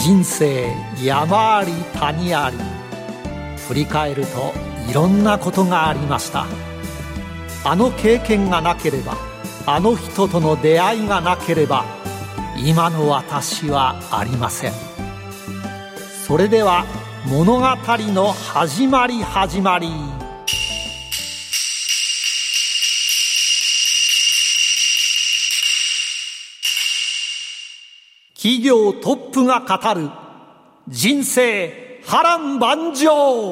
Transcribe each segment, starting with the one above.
人生山あり谷あり。振り返るといろんなことがありました。あの経験がなければ、あの人との出会いがなければ、今の私はありません。それでは物語の始まり。企業トップが語る人生波乱万丈。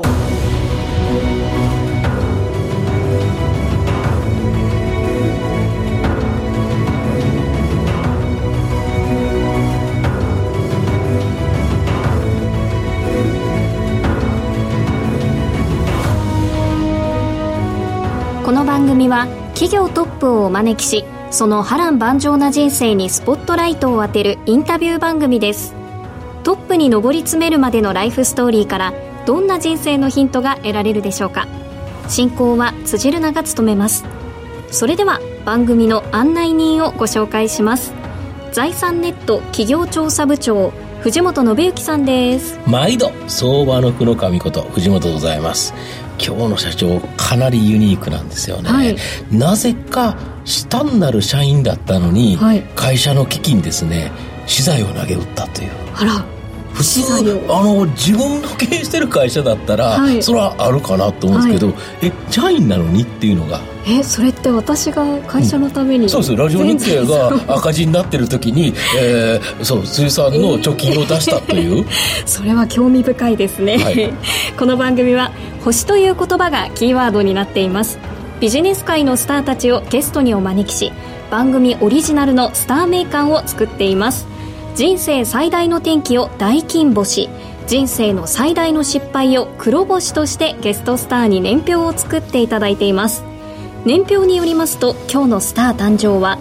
この番組は企業トップをお招きし、その波乱万丈な人生にスポットライトを当てるインタビュー番組です。トップに上り詰めるまでのライフストーリーからどんな人生のヒントが得られるでしょうか。進行は辻るなが務めます。それでは番組の案内人をご紹介します。財産ネット企業調査部長、藤本信之さんです。 毎度相場の福の神こと藤本でございます。今日の社長かなりユニークなんですよね、はい、なぜか単なる社員だったのに、はい、会社の基金ですね、資材を投げ打ったという。 あら、 普通自分の経営してる会社だったら、はい、それはあるかなと思うんですけど、はい、社員なのにっていうのが、 それって私が会社のために、 そうです。ラジオ日経が赤字になってる時に、辻さんの貯金を出したという、 それは興味深いですね、はい、この番組は星という言葉がキーワードになっています。ビジネス界のスターたちをゲストにお招きし、番組オリジナルのスター名鑑を作っています。人生最大の転機を大金星、人生の最大の失敗を黒星としてゲストスターに年表を作っていただいています。年表によりますと、今日のスター誕生は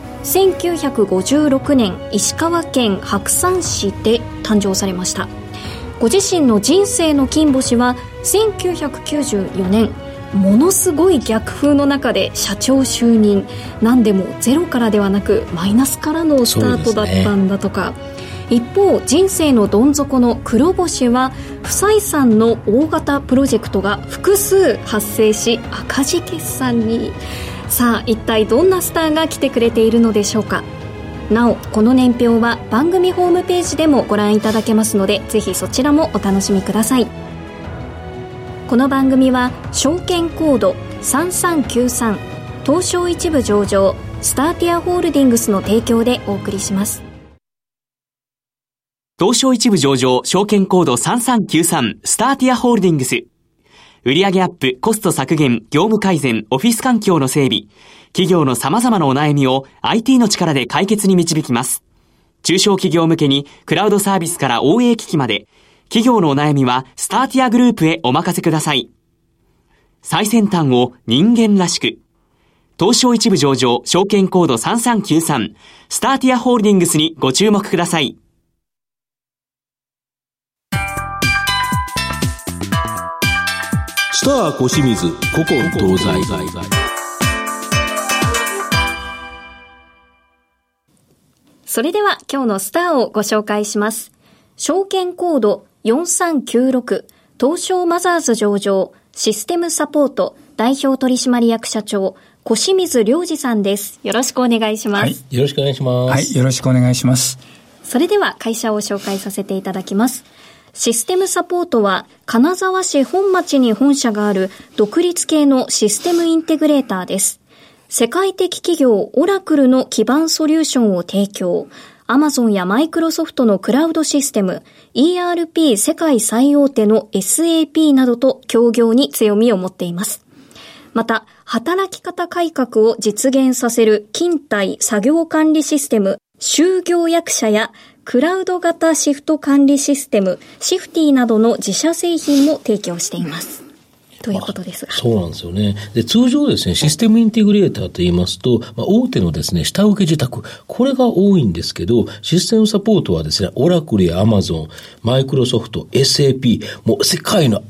1956年石川県白山市で誕生されました。ご自身の人生の金星は1994年、ものすごい逆風の中で社長就任。なんでもゼロからではなくマイナスからのスタートだったんだとか、一方人生のどん底の黒星は不採算の大型プロジェクトが複数発生し赤字決算に。さあ一体どんなスターが来てくれているのでしょうか。なおこの年表は番組ホームページでもご覧いただけますので、ぜひそちらもお楽しみください。この番組は証券コード3393東証一部上場スターティアホールディングスの提供でお送りします。 東証一部上場証券コード3393スターティアホールディングス。売上アップ、コスト削減、業務改善、オフィス環境の整備、企業の様々なお悩みを IT の力で解決に導きます。中小企業向けにクラウドサービスから OA 機器まで、企業のお悩みはスターティアグループへお任せください。最先端を人間らしく。東証一部上場証券コード3393スターティアホールディングスにご注目ください。 スター小清水古今東西。 それでは今日のスターをご紹介します。証券コード4396東証マザーズ上場システムサポート代表取締役社長小清水良二さんです。よろしくお願いします。 はい、よろしくお願いします。 はい、よろしくお願いします。 それでは会社を紹介させていただきます。システムサポートは金沢市本町に本社がある独立系のシステムインテグレーターです。世界的企業オラクルの基盤ソリューションを提供、アマゾンやマイクロソフトのクラウドシステム、ERP 世界最大手の SAP などと協業に強みを持っています。また、働き方改革を実現させる勤怠作業管理システム、就業役者やクラウド型シフト管理システム、シフティなどの自社製品も提供しています。ということですが。 そうなんですよね。で、通常ですね、システムインテグレーターと言いますと、大手のですね、下請け受託、これが多いんですけど、システムサポートはですね、オラクルやアマゾン、マイクロソフト、SAP、もう世界の圧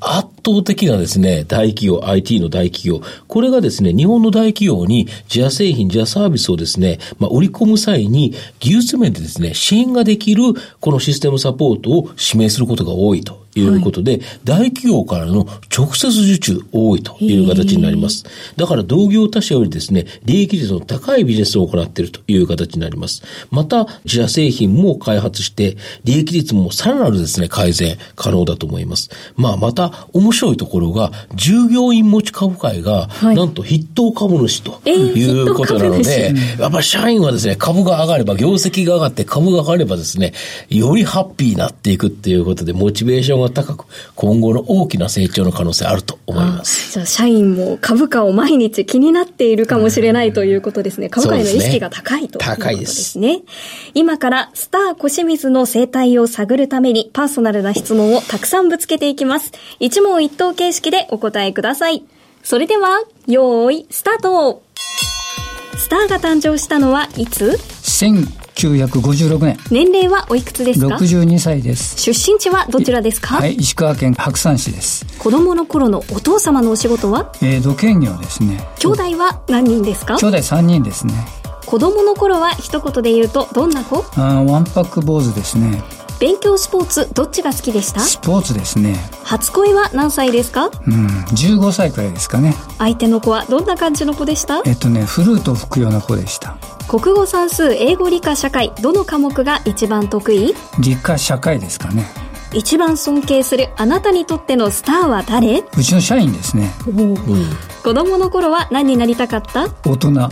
倒的なですね、大企業、IT の大企業、これがですね、日本の大企業に自社製品、自社サービスをですね、売り込む際に技術面でですね、支援ができるこのシステムサポートを指名することが多いということで、大企業からの直接受注多いという形になります。だから同業他社よりですね、利益率の高いビジネスを行っているという形になります。また、自社製品も開発して、利益率もさらなるですね、改善可能だと思います。また、面白いところが、従業員持ち株会が、なんと筆頭株主ということなので、やっぱり社員はですね、株が上がれば、業績が上がって株が上がればですね、よりハッピーになっていくっていうことで、モチベーションが高く、今後の大きな成長の可能性あると思います。 じゃあ社員も株価を毎日気になっているかもしれないということですね。株価への意識が高いということですね。今からスター小清水の生態を探るためにパーソナルな質問をたくさんぶつけていきます。一問一答形式でお答えください。それでは用意スタート。スターが誕生したのはいつ ？1956年。 年齢はおいくつですか ？62歳です。 出身地はどちらですか？ はい、石川県白山市です。 子供の頃のお父様のお仕事は？ 土建業ですね。 兄弟は何人ですか？ 兄弟3人ですね。 子供の頃は一言で言うとどんな子？ わんぱく坊主ですね。 勉強スポーツどっちが好きでした？ スポーツですね。 初恋は何歳ですか ？15歳くらいですかね。 相手の子はどんな感じの子でした？ フルートを吹くような子でした。 国語算数英語理科社会どの科目が一番得意？ 理科社会ですかね。 一番尊敬するあなたにとってのスターは誰？ うちの社員ですね。 子供の頃は何になりたかった？ 大人。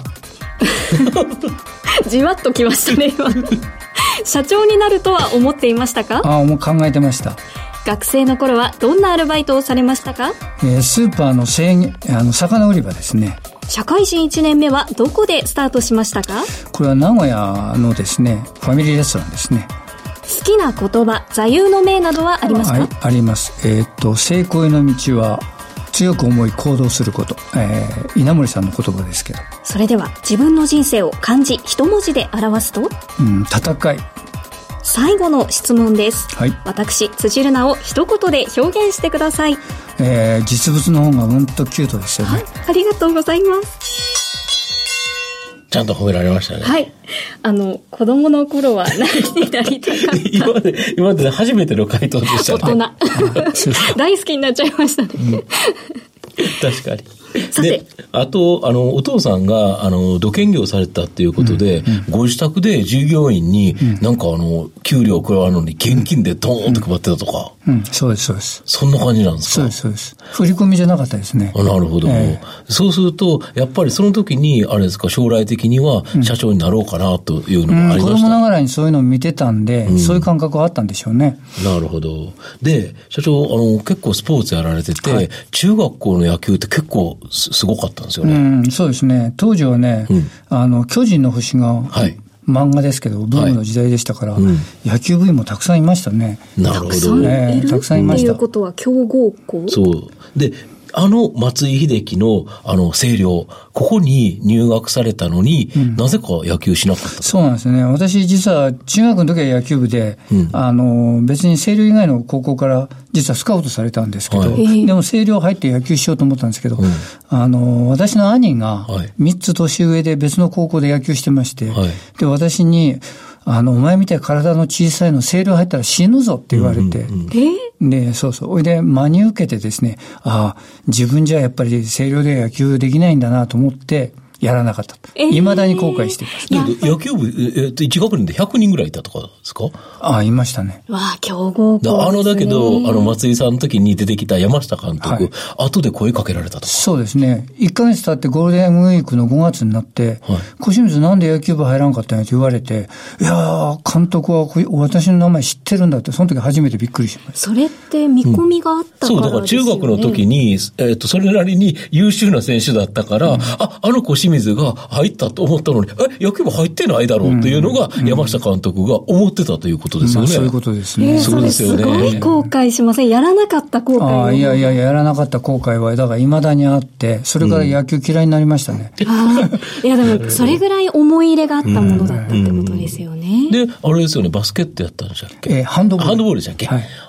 じわっときましたね今。社長になるとは思っていましたか？ もう考えてました。 学生の頃はどんなアルバイトをされましたか？ スーパーの魚売り場ですね。 社会人1年目はどこでスタートしましたか？ これは名古屋のですね、ファミリーレストランですね。 好きな言葉、座右の銘などはありますか？ はい、あります。成功への道は強く思い行動すること。稲森さんの言葉ですけど。 それでは自分の人生を漢字一文字で表すと？ 戦い。 最後の質問です。 はい。 私、辻るなを一言で表現してください。 実物の方がうんとキュートですよね。 はい。ありがとうございます。 ちゃんと褒められましたね。 はい。子供の頃は何になりたかった今まで初めての回答でしたね。 大人。大好きになっちゃいましたね。 確かに。 さて。 で、あと、お父さんが、土建業されたっていうことで、ご自宅で従業員に、なんか給料を食らうのに現金でドーンと配ってたとか。 そうです、そうです。 そんな感じなんですか？ そうです、そうです。振り込みじゃなかったですね。 なるほど。そうすると、やっぱりその時に、あれですか、将来的には社長になろうかなというのもありました。 子供ながらにそういうのを見てたんで、そういう感覚はあったんでしょうね。 なるほど。で、社長、結構スポーツやられてて、中学校の野球って結構すごかったんですよね。 そうですね。当時はね、巨人の星が、漫画ですけど、ブームの時代でしたから、野球部員もたくさんいましたね。 なるほど。 たくさんいました。ということは強豪校？ そう。で、松井秀喜の星稜、ここに入学されたのに、なぜか野球しなかった。 そうなんですね。私実は中学の時は野球部で、別に星稜以外の高校から実はスカウトされたんですけど、でも星稜入って野球しようと思ったんですけど、私の兄が3つ年上で別の高校で野球してまして、で、私に、お前みたいな体の小さいの星稜入ったら死ぬぞって言われて、で、そうそう。おいで、真に受けてですね、自分じゃやっぱり星稜で野球できないんだなと思って、やらなかった。未だに後悔しています。 野球部、1学年で100人ぐらいいたとかですか？ いましたね。 強豪校ですね。 だけど、松井さんの時に出てきた山下監督、後で声かけられたとか。 そうですね。1ヶ月経ってゴールデンウィークの5月になって、小清水なんで野球部入らんかったんやと言われて、いやー、監督は私の名前知ってるんだって、その時初めてびっくりしました。 それって見込みがあったからですよね。 そう、だから中学の時に、それなりに優秀な選手だったから、小清水が入ったと思ったのに、野球部入ってないだろうというのが山下監督が思ってたということですよね。 そういうことですね。 そうですよね。 すごい後悔しません？やらなかった後悔。 いや、やらなかった後悔は、だから未だにあって、それから野球嫌いになりましたね。 いや、でも、それぐらい思い入れがあったものだったってことですよね。 で、あれですよね、バスケットやったんでしたっけ？ ハンドボール。 ハンドボールでしたっけ？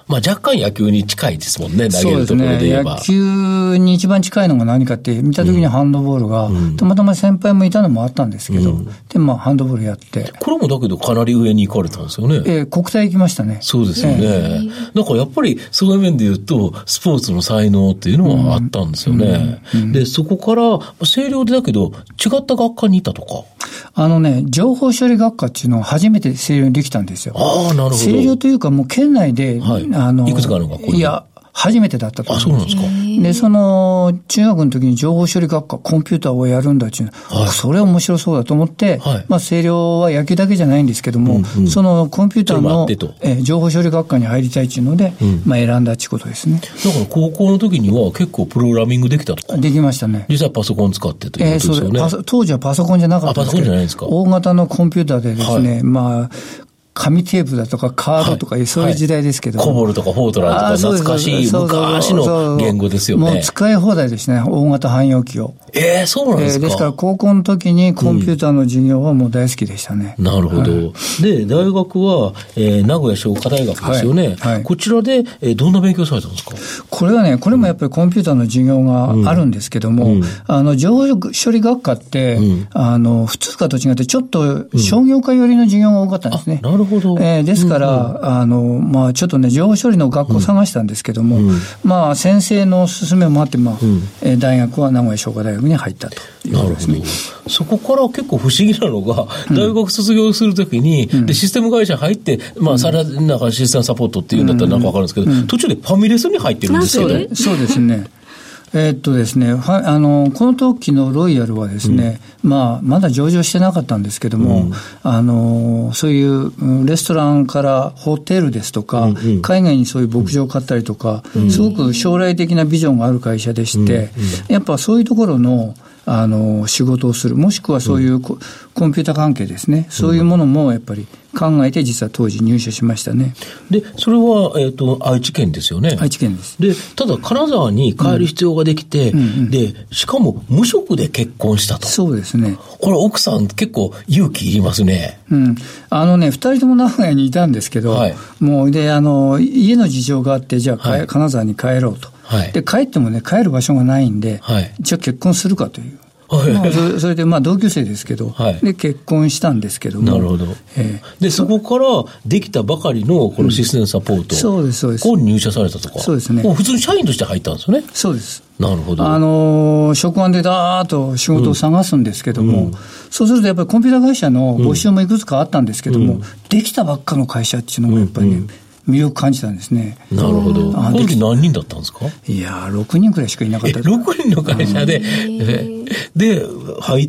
まあ若干野球に近いですもんね、投げるところで言えば。 そうですね。野球に一番近いのが何かって見たときにハンドボールが、たまたま先輩もいたのもあったんですけど、で、まあハンドボールやって。 これもだけどかなり上に行かれたんですよね。 国体行きましたね。 そうですよね。だからやっぱりそういう面で言うと、スポーツの才能っていうのはあったんですよね。で、そこから星稜でだけど違った学科にいたとか。 情報処理学科っていうのが初めて星稜にできたんですよ。 ああ、なるほど。 星稜というかもう県内で、 はい、いくつかあるのか、 いや、初めてだったと思います。 あ、そうなんですか。 で、中学の時に情報処理学科、コンピューターをやるんだっていうの、はい、それは面白そうだと思って、はい、まあ、星稜は野球だけじゃないんですけども、そのコンピューターの、情報処理学科に入りたいっていうので、まあ、選んだっていうことですね。 だから高校の時には結構プログラミングできたとか。 できましたね。 実際パソコン使ってということですよね。 当時はパソコンじゃなかったんですけど、 パソコンじゃないですか。 大型のコンピューターでですね、はい、まあ、紙テープだとかカードとか、はい、そういう時代ですけど、 コボルとかフォートランとか懐かしい昔の言語ですよね。 もう使い放題ですね、大型汎用機を。 そうなんですか。 ですから高校の時にコンピューターの授業はもう大好きでしたね。 なるほど。はい、で、大学は、名古屋商科大学ですよね。はいはい、こちらで、どんな勉強されたんですか？ これはね、これもやっぱりコンピューターの授業があるんですけども、情報処理学科って、普通科と違ってちょっと商業科寄りの授業が多かったんですね。 なるほど。 ですから、まあ、ちょっとね、情報処理の学校を探したんですけども、まあ、先生の勧めもあって、まあ、大学は名古屋商科大学に入ったということですね。 なるほど。そこから結構不思議なのが、大学卒業するときに、で、システム会社入って、まあ、さらになんかシステムサポートっていうんだったらなんかわかるんですけど、途中でファミレスに入ってるんですけど。 そうですね。ですね、この時のロイヤルはですね、まあ、まだ上場してなかったんですけども、そういうレストランからホテルですとか、海外にそういう牧場を買ったりとか、すごく将来的なビジョンがある会社でして、やっぱそういうところの仕事をする、もしくはそういうコンピューター関係ですね、そういうものもやっぱり考えて実は当時入社しましたね。 で、それは、愛知県ですよね。 愛知県です。 で、ただ金沢に帰る必要ができて、で、しかも無職で結婚したと。 そうですね。 これ奥さん結構勇気いりますね。 二人とも名古屋にいたんですけど、はい、もうで、家の事情があって、じゃあ、はい、金沢に帰ろうと。はい、で、帰ってもね、帰る場所がないんで、はい、じゃあ結婚するかという。まあ、それでまあ同級生ですけど、はい、で結婚したんですけども。 なるほど。で、そこからできたばかりのこのシステムサポート、 そうです、そうです。 ここに入社されたとか。 そうですね。 もう普通に社員として入ったんですよね。 そうです。 なるほど。 職場でだーっと仕事を探すんですけども、そうするとやっぱりコンピューター会社の募集もいくつかあったんですけども、できたばっかの会社っていうのもやっぱりね、魅力感じたんですね。 なるほど。この時何人だったんですか？ いやー、6人くらいしかいなかったです。 6人の会社で、で、入って、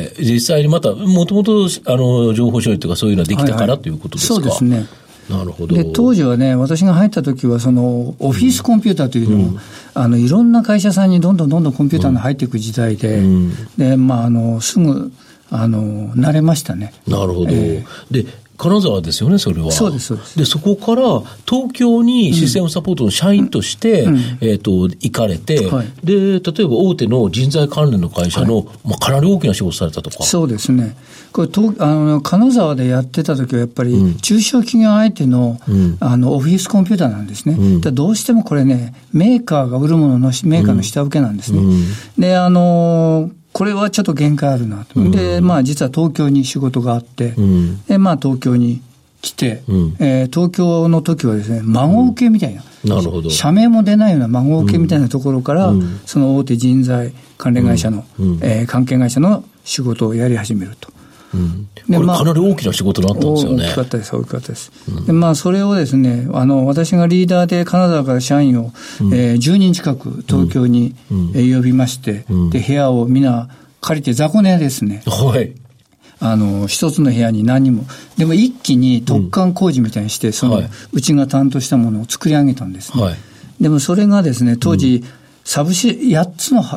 実際にまた、もともと、情報処理とかそういうのはできたからということですか？ そうですね。 なるほど。 で、当時はね、私が入った時は、その、オフィスコンピューターというのを、いろんな会社さんにどんどんコンピューターが入っていく時代で、で、まあ、すぐ、慣れましたね。 なるほど。で、金沢ですよね、それは。 そうです、そうです。 で、そこから東京にシステムサポートの社員として、行かれて、はい、で、例えば大手の人材関連の会社の、まあ、かなり大きな仕事されたとか。 そうですね。これ金沢でやってた時はやっぱり中小企業相手の、オフィスコンピューターなんですね。どうしてもこれね、メーカーが売るもののメーカーの下請けなんですね。で、これはちょっと限界あるなと。で、まあ実は東京に仕事があって、で、まあ東京に来て、東京の時はですね、孫請けみたいな。 なるほど。 社名も出ないような孫請けみたいなところから、その大手人材関連会社の、関係会社の仕事をやり始めると。 これかなり大きな仕事だったんですよね。 大きかったです、大きかったです。で、まあ、それをですね、私がリーダーで金沢から社員を、10人近く東京に、呼びまして、で、部屋をみんな借りて雑魚寝ですね。 はい。 一つの部屋に何人も、でも一気に突貫工事みたいにして、うちが担当したものを作り上げたんですね。はい、でもそれがですね、当時、8つの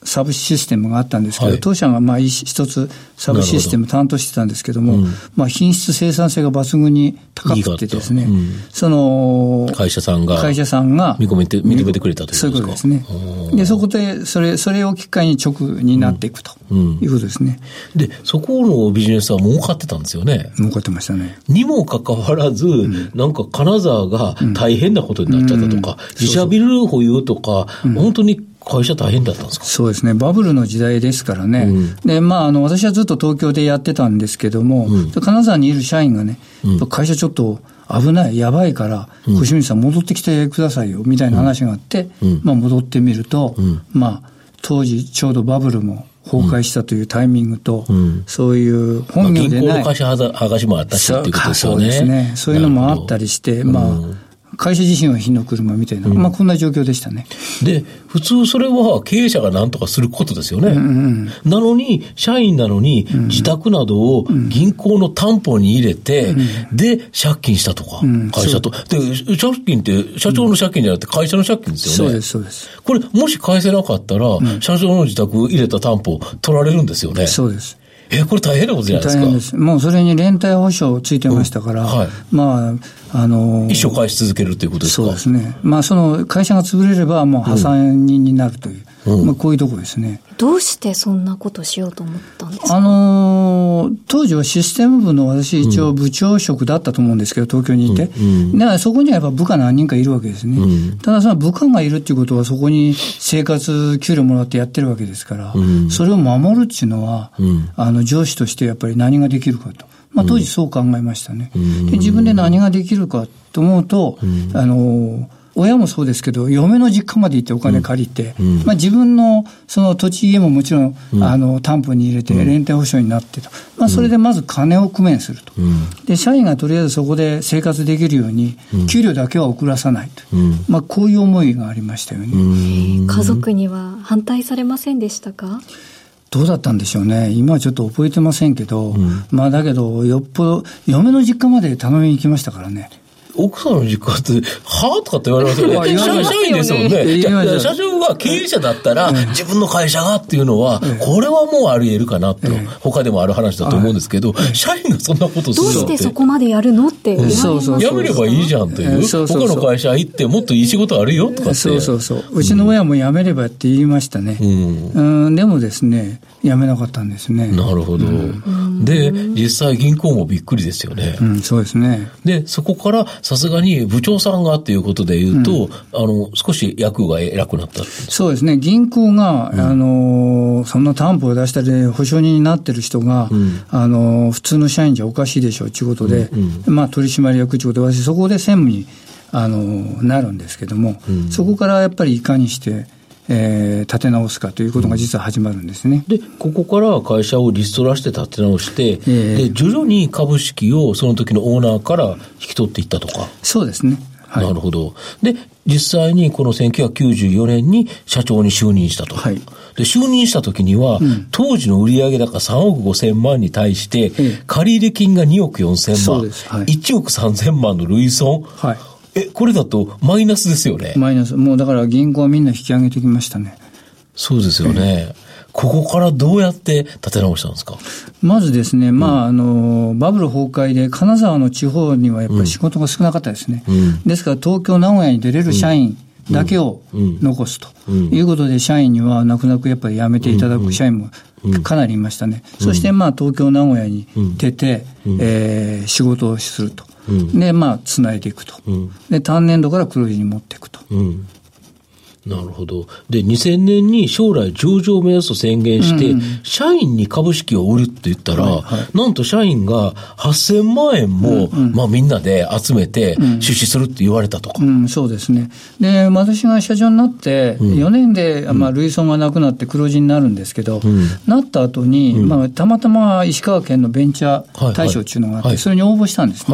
サブシステムがあったんですけど、当社が一つサブシステム担当してたんですけども、品質生産性が抜群に高くてですね、その会社さんが認めてくれたということですか。 そういうことですね。でそこでそれを機会に直になっていくということですね。 でそこのビジネスは儲かってたんですよね。 儲かってましたね。 にもかかわらず、なんか金沢が大変なことになっちゃったとか、自社ビル保有とか、本当に会社大変だったんですか。 そうですね。バブルの時代ですからね。で、私はずっと東京でやってたんですけども、金沢にいる社員がね、会社ちょっと危ない、やばいから、小清水さん戻ってきてくださいよ、みたいな話があって、戻ってみると、当時ちょうどバブルも崩壊したというタイミングと、そういう本業でない。 銀行の会社剥がしもあったしっていうことですよね。 そうですね。そういうのもあったりして、会社自身は火の車みたいな、こんな状況でしたね。 で、普通それは経営者が何とかすることですよね。なのに、社員なのに、自宅などを銀行の担保に入れて、で、借金したとか、会社と。で、借金って社長の借金じゃなくて会社の借金ですよね。 そうです、そうです。 これ、もし返せなかったら、社長の自宅入れた担保取られるんですよね。 そうです。 これ大変なことじゃないですか。 大変です。もうそれに連帯保証ついてましたから、 一生返し続けるということですか。 そうですね。その会社が潰れればもう破産人になるという、こういうところですね。 どうしてそんなことしようと思ったんですか。 当時はシステム部の私一応部長職だったと思うんですけど、東京にいて、だからそこにはやっぱ部下何人かいるわけですね。ただその部下がいるっていうことはそこに生活給料もらってやってるわけですから、それを守るっていうのは、上司としてやっぱり何ができるかと。当時そう考えましたね。で自分で何ができるかと思うと、親もそうですけど、嫁の実家まで行ってお金借りて、自分のその土地家ももちろん、担保に入れて、連帯保証になってと。それでまず金を工面すると。で、社員がとりあえずそこで生活できるように、給料だけは遅らさないと。こういう思いがありましたよね。 家族には反対されませんでしたか？ どうだったんでしょうね。今はちょっと覚えてませんけど、だけど、よっぽど、嫁の実家まで頼みに行きましたからね。 奥さんの実家って、はぁとかって言われますよね。社員ですもんね。社長が経営者だったら、自分の会社がっていうのは、これはもうあり得るかなと、他でもある話だと思うんですけど、社員がそんなことするのって。 どうしてそこまでやるのって言われます。 やめればいいじゃんという。他の会社行ってもっといい仕事あるよとかって。 そう。うちの親も辞めればって言いましたね。でもですね、辞めなかったんですね。 なるほど。で、実際銀行もびっくりですよね。 そうですね。 で、そこからさすがに部長さんがっていうことで言うと、少し役が偉くなった。 そうですね。銀行が、そんな担保を出したり、保証人になってる人が、普通の社員じゃおかしいでしょうということで、取締役ということで、私そこで専務に、なるんですけども、そこからやっぱりいかにして、立て直すかということが実は始まるんですね。 で、ここから会社をリストラして立て直して、で、徐々に株式をその時のオーナーから引き取っていったとか。 そうですね。 なるほど。で、実際にこの1994年に社長に就任したと。で、就任した時には、当時の売上高3億5千万に対して、借入金が2億4千万、1億3千万の累損。これだとマイナスですよね。 マイナス。もうだから銀行はみんな引き上げてきましたね。 そうですよね。ここからどうやって立て直したんですか？ まずですね、バブル崩壊で金沢の地方にはやっぱり仕事が少なかったですね。ですから東京、名古屋に出れる社員だけを残すということで、社員には泣く泣くやっぱり辞めていただく社員もかなりいましたね。そして東京、名古屋に出て、仕事をすると。で、つないでいくと。で、単年度から黒字に持っていくと。 なるほど。で、2000年に将来上場を目指すと宣言して、社員に株式を売るって言ったら、なんと社員が8000万円も、みんなで集めて出資するって言われたとか。 そうですね。で、私が社長になって4年で、累損がなくなって黒字になるんですけど、なった後に、たまたま石川県のベンチャー大賞っていうのがあって、それに応募したんですね。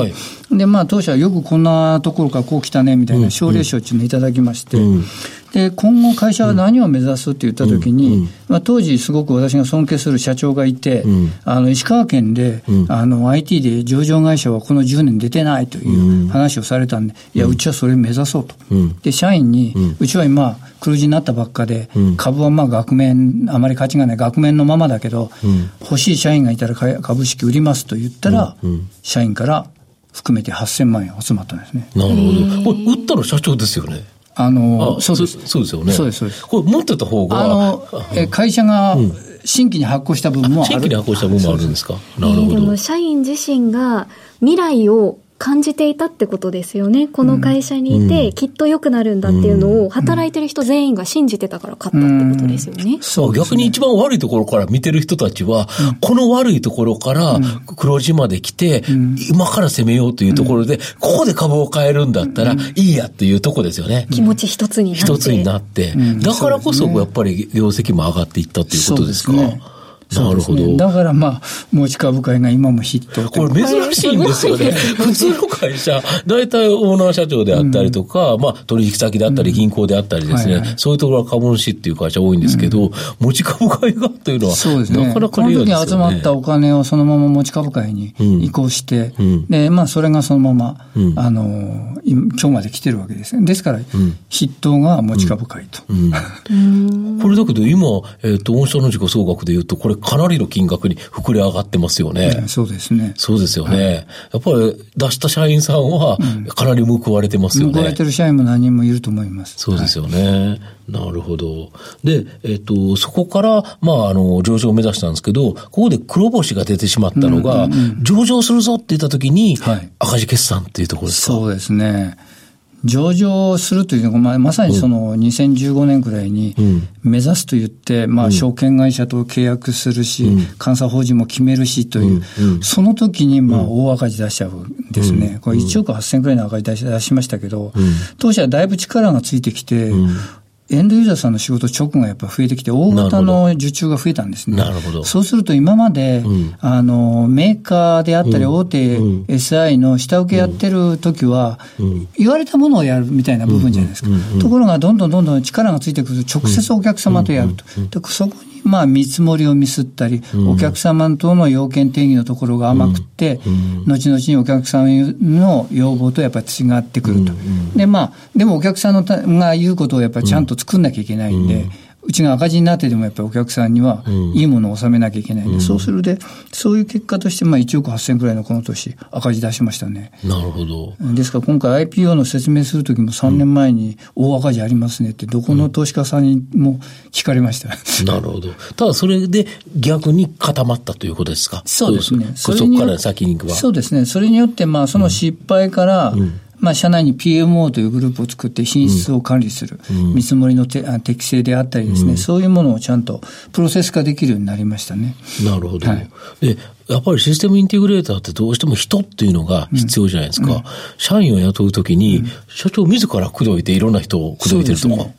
で、当社はよくこんなところからこう来たねみたいな奨励賞っていうのをいただきまして、で今後会社は何を目指すって言ったときに、当時すごく私が尊敬する社長がいて、石川県で、IT で上場会社はこの10年出てないという話をされたんで、いやうちはそれ目指そうと、で社員に、うちは今黒字になったばっかで、株は額面あまり価値がない額面のままだけど、欲しい社員がいたら株式売りますと言ったら、社員から含めて8000万円集まったんですね。 なるほど。これ売ったの社長ですよね。 そうです。 そうですよね。 そうです、そうです。 これ持ってた方が。 会社が新規に発行した分もある。 新規に発行した分もあるんですか。なるほど。 でも社員自身が未来を感じていたってことですよね。この会社にいて、きっと良くなるんだっていうのを、働いてる人全員が信じてたから勝ったってことですよね。 そう、逆に一番悪いところから見てる人たちは、この悪いところから黒字まで来て、今から攻めようというところで、ここで株を変えるんだったらいいやっていうところですよね。 気持ち一つになって。 一つになって。だからこそ、やっぱり業績も上がっていったっていうことですか。なるほど。 だから持ち株会が今もヒット。 これ珍しいんですよね。普通の会社、大体オーナー社長であったりとか、取引先であったり銀行であったりですね、そういうところは株主っていう会社多いんですけど、持ち株会がというのは、 そうですね。 なかなかレアですよね。 この時に集まったお金をそのまま持ち株会に移行して、で、それがそのまま、今日まで来てるわけですね。ですから、筆頭が持ち株会と。 これだけど今、御社の時価総額で言うと、これかなりの金額に膨れ上がってますよね。 そうですね。 そうですよね。やっぱり出した社員さんはかなり報われてますよね。 報われてる社員も何人もいると思います。 そうですよね。なるほど。で、そこから、上場を目指したんですけど、ここで黒星が出てしまったのが、上場するぞって言った時に、赤字決算っていうところですか。 そうですね。上場するというのが、まさにその2015年くらいに目指すと言って、証券会社と契約するし、監査法人も決めるしという、その時に大赤字出しちゃうんですね。これ1億8000くらいの赤字出しましたけど、当社はだいぶ力がついてきて、エンドユーザーさんの仕事直がやっぱ増えてきて、大型の受注が増えたんですね。 なるほど。 そうすると今まで、メーカーであったり大手 SI の下請けやってる時は、言われたものをやるみたいな部分じゃないですか。ところがどんどん力がついてくると直接お客様とやると。そこに見積もりをミスったり、お客様との要件定義のところが甘くって、後々にお客様の要望とやっぱり違ってくると。でもお客さんが言うことをやっぱりちゃんと作んなきゃいけないんで、うちが赤字になってでもやっぱりお客さんにはいいものを納めなきゃいけないんで、そういう結果として1億8000くらいのこの年赤字出しましたね。 なるほど。 ですから今回 IPO の説明するときも3年前に大赤字ありますねってどこの投資家さんにも聞かれました。 なるほど。ただそれで逆に固まったということですか。 そうですね。 そこから先に行くわ。 そうですね。それによってその失敗から社内に PMO というグループを作って品質を管理する、見積もりの適正であったりですね、そういうものをちゃんとプロセス化できるようになりましたね。 なるほど。で、やっぱりシステムインテグレーターってどうしても人っていうのが必要じゃないですか。社員を雇うときに、社長自ら口説いていろんな人を口説いてるとか。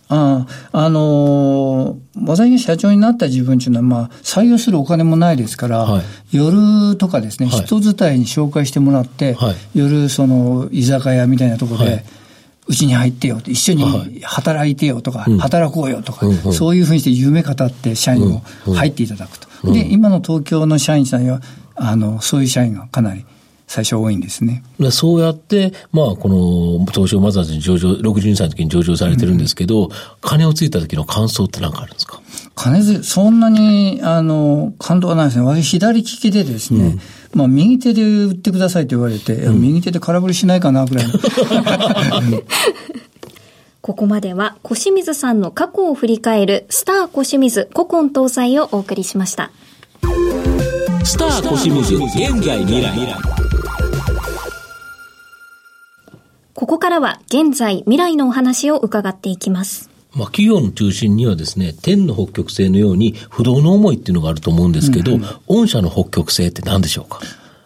私が社長になった自分というのは、採用するお金もないですから、夜とかですね、人伝いに紹介してもらって、夜居酒屋みたいなところで、うちに入ってよと、一緒に働いてよとか、働こうよとか、そういうふうにして夢語って社員を入っていただくと。で、今の東京の社員さんには、そういう社員がかなり最初多いんですね。 そうやって、この東証マザーズに62歳の時に上場されてるんですけど、金をついた時の感想って何かあるんですか？ そんなに、感動はないですね。私、左利きでですね、右手で売ってくださいと言われて、右手で空振りしないかな、ぐらいの。 ここまでは、小清水さんの過去を振り返る、スター小清水古今東西をお送りしました。 スター小清水、現在未来。 ここからは、現在未来のお話を伺っていきます。 企業の中心にはですね、天の北極星のように不動の思いっていうのがあると思うんですけど、御社の北極星って何でしょうか？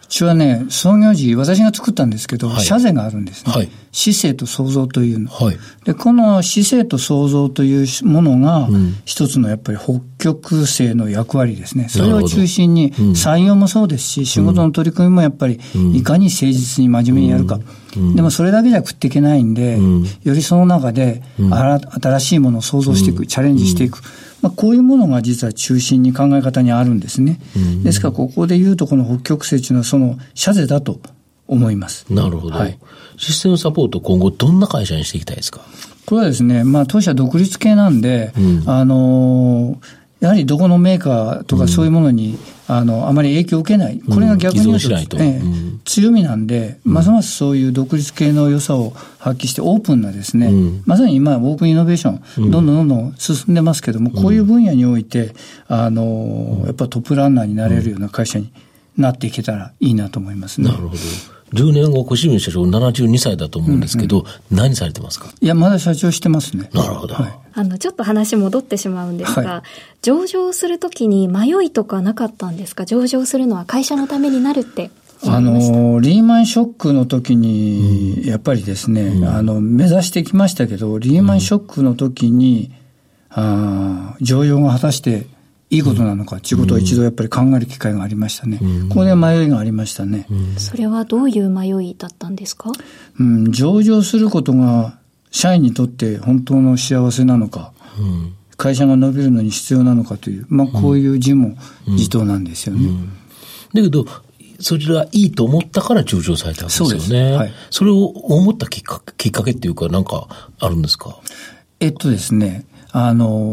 うちはね、創業時、私が作ったんですけど、社税があるんですね。 はい。 姿勢と創造というの。 はい。 で、この姿勢と創造というものが、一つのやっぱり北極星の役割ですね。それを中心に、採用もそうですし、仕事の取り組みもやっぱり、いかに誠実に真面目にやるか。でもそれだけじゃ食っていけないんで、よりその中で、新しいものを創造していく、チャレンジしていく。こういうものが実は中心に考え方にあるんですね。ですからここで言うとこの北極星というのはその社税だと思います。 なるほど。はい、システムサポート今後どんな会社にしていきたいですか？ これはですね、当社独立系なんで、やはりどこのメーカーとかそういうものに、あまり影響を受けない。これが逆に言うと、強みなんで、ますますそういう独立系の良さを発揮してオープンなですね、まさに今オープンイノベーション、どんどん進んでますけども、こういう分野において、やっぱトップランナーになれるような会社になっていけたらいいなと思いますね。 なるほど。10年後、小清水社長72歳だと思うんですけど、何されてますか？ いや、まだ社長してますね。 なるほど。 はい、ちょっと話戻ってしまうんですが、上場するときに迷いとかなかったんですか？上場するのは会社のためになるって思いました。 リーマンショックの時に、やっぱりですね、目指してきましたけど、リーマンショックの時に、上場が果たしていいことなのかということを一度やっぱり考える機会がありましたね。ここで迷いがありましたね。 それはどういう迷いだったんですか？ 上場することが社員にとって本当の幸せなのか、会社が伸びるのに必要なのかという、こういう自問自答なんですよね。 だけど、それがいいと思ったから上場されたわけですよね。そうです。はい。それを思ったきっかけっていうか、なんかあるんですか？ ですね。我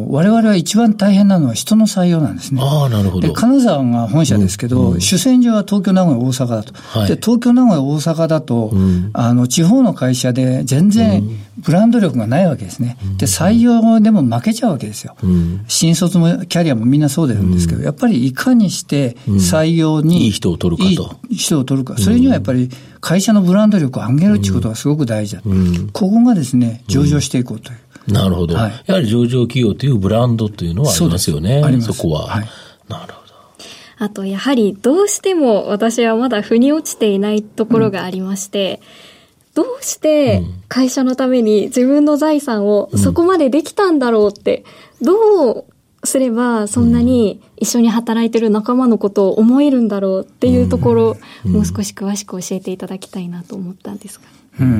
々は一番大変なのは人の採用なんですね。 ああ、なるほど。 で、金沢が本社ですけど、主戦場は東京、名古屋、大阪だと。はい、で、東京、名古屋、大阪だと、地方の会社で全然ブランド力がないわけですね。で、採用でも負けちゃうわけですよ。新卒もキャリアもみんなそうなんですけど、やっぱりいかにして採用に、 いい人を取るかと。 いい人を取るか。それにはやっぱり会社のブランド力を上げるということがすごく大事だ。ここがですね、上場していこうという。 なるほど、はい。やはり上場企業というブランドというのはありますよね。そこは、はい。なるほど。 あとやはりどうしても私はまだ腑に落ちていないところがありまして、どうして会社のために自分の財産をそこまでできたんだろうって、どうすればそんなに一緒に働いてる仲間のことを思えるんだろうっていうところ、もう少し詳しく教えていただきたいなと思ったんですが。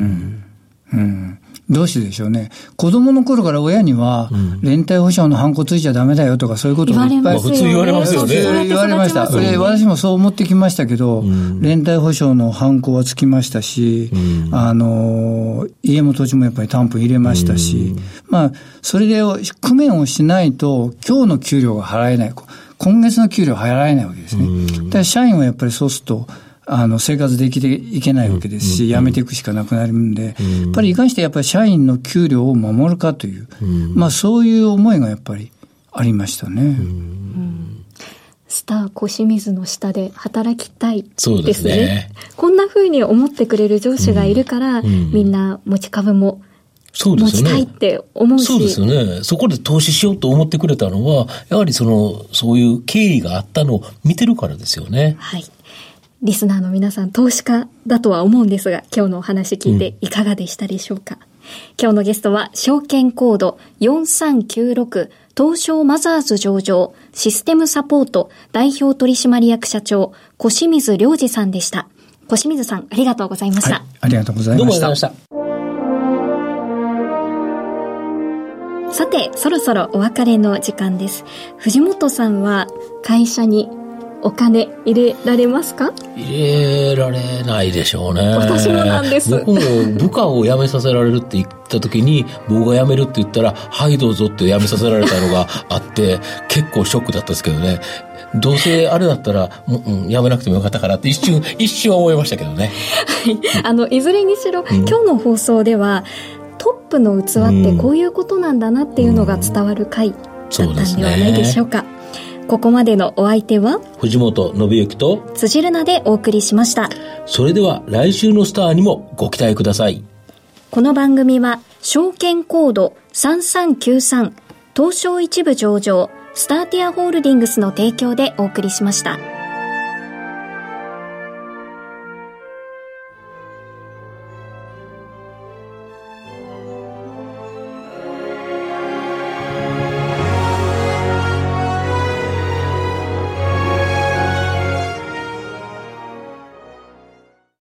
どうしてでしょうね。子供の頃から親には、連帯保証のハンコついちゃダメだよとかそういうことをいっぱい普通言われますよね。 言われました。私もそう思ってきましたけど、連帯保証のハンコはつきましたし、家も土地もやっぱり担保入れましたし、それで工面をしないと今日の給料が払えない。今月の給料払えないわけですね。だから社員はやっぱりそうすると、生活できていけないわけですし、辞めていくしかなくなるんで、やっぱりいかにしてやっぱり社員の給料を守るかという、そういう思いがやっぱりありましたね。 スター小清水の下で働きたいですね。 そうですね。 こんな風に思ってくれる上司がいるから、みんな持ち株も持ちたいって思うし。 そうですよね。そこで投資しようと思ってくれたのは、やはりそういう経緯があったのを見てるからですよね。 はい。リスナーの皆さん投資家だとは思うんですが、今日のお話聞いていかがでしたでしょうか。今日のゲストは証券コード4396東証マザーズ上場システムサポート代表取締役社長小清水良二さんでした。小清水さんありがとうございました。 ありがとうございました。 どうもありがとうございました。さてそろそろお別れの時間です。藤本さんは会社にお金入れられますか？ 入れられないでしょうね。 私もなんです。 僕も部下を辞めさせられるって言った時に、僕が辞めるって言ったら、はいどうぞって辞めさせられたのがあって、結構ショックだったんですけどね。どうせあれだったら、辞めなくてもよかったからって一瞬思いましたけどね。 はい。いずれにしろ、今日の放送では、トップの器ってこういうことなんだなっていうのが伝わる回だったんではないでしょうか。ここまでのお相手は藤本信之と辻るなでお送りしました。 それでは来週のスターにもご期待ください。 この番組は証券コード3393東証一部上場スターティアホールディングスの提供でお送りしました。